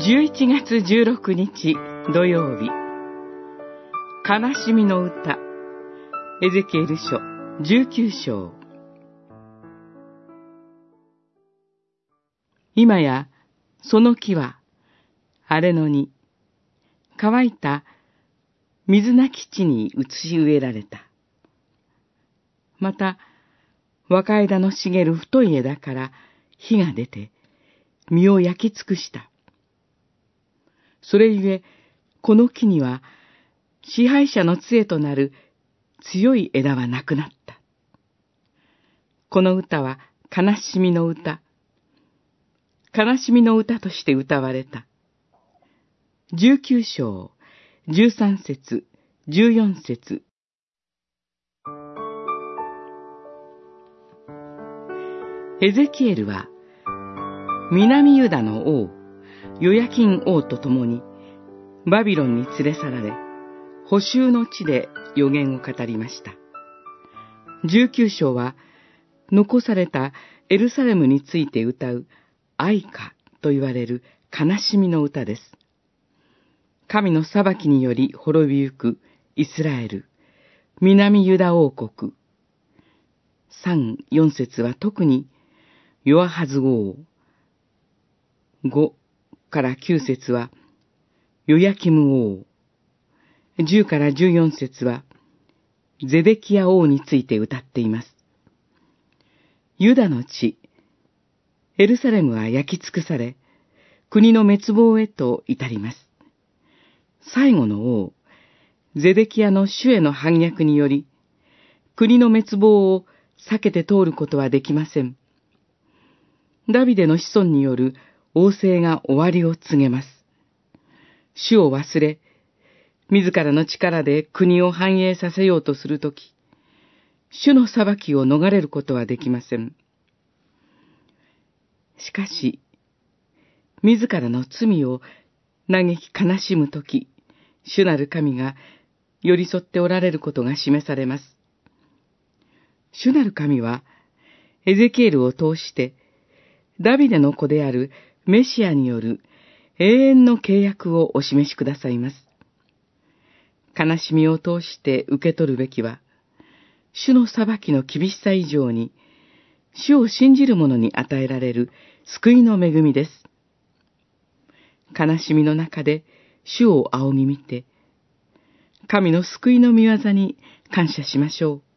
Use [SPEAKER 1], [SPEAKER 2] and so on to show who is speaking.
[SPEAKER 1] 11月16日土曜日、悲しみの歌、エゼキエル書19章。今やその木は荒れ野に、乾いた水なき地に移し植えられた。また若枝の茂る太い枝から火が出て実を焼き尽くした。それゆえこの木には支配者の杖となる強い枝はなくなった。この歌は悲しみの歌、悲しみの歌として歌われた。19章13節14節。エゼキエルは南ユダの王ヨヤキン王と共にバビロンに連れ去られ、捕囚の地で預言を語りました。19章は残されたエルサレムについて歌う哀歌と言われる悲しみの歌です。神の裁きにより滅びゆくイスラエル、南ユダ王国。3、4節は特にヨアハズ王、5から9節はヨヤキム王、10から14節はゼデキヤ王について歌っています。ユダの地、エルサレムは焼き尽くされ、国の滅亡へと至ります。最後の王、ゼデキヤの主への反逆により、国の滅亡を避けて通ることはできません。ダビデの子孫による王政が終わりを告げます。主を忘れ、自らの力で国を繁栄させようとするとき、主の裁きを逃れることはできません。しかし、自らの罪を嘆き悲しむとき、主なる神が寄り添っておられることが示されます。主なる神は、エゼキエルを通して、ダビデの子であるメシアによる永遠の契約をお示しくださいます。悲しみを通して受け取るべきは、主の裁きの厳しさ以上に、主を信じる者に与えられる救いの恵みです。悲しみの中で主を仰ぎ見て、神の救いの御業に感謝しましょう。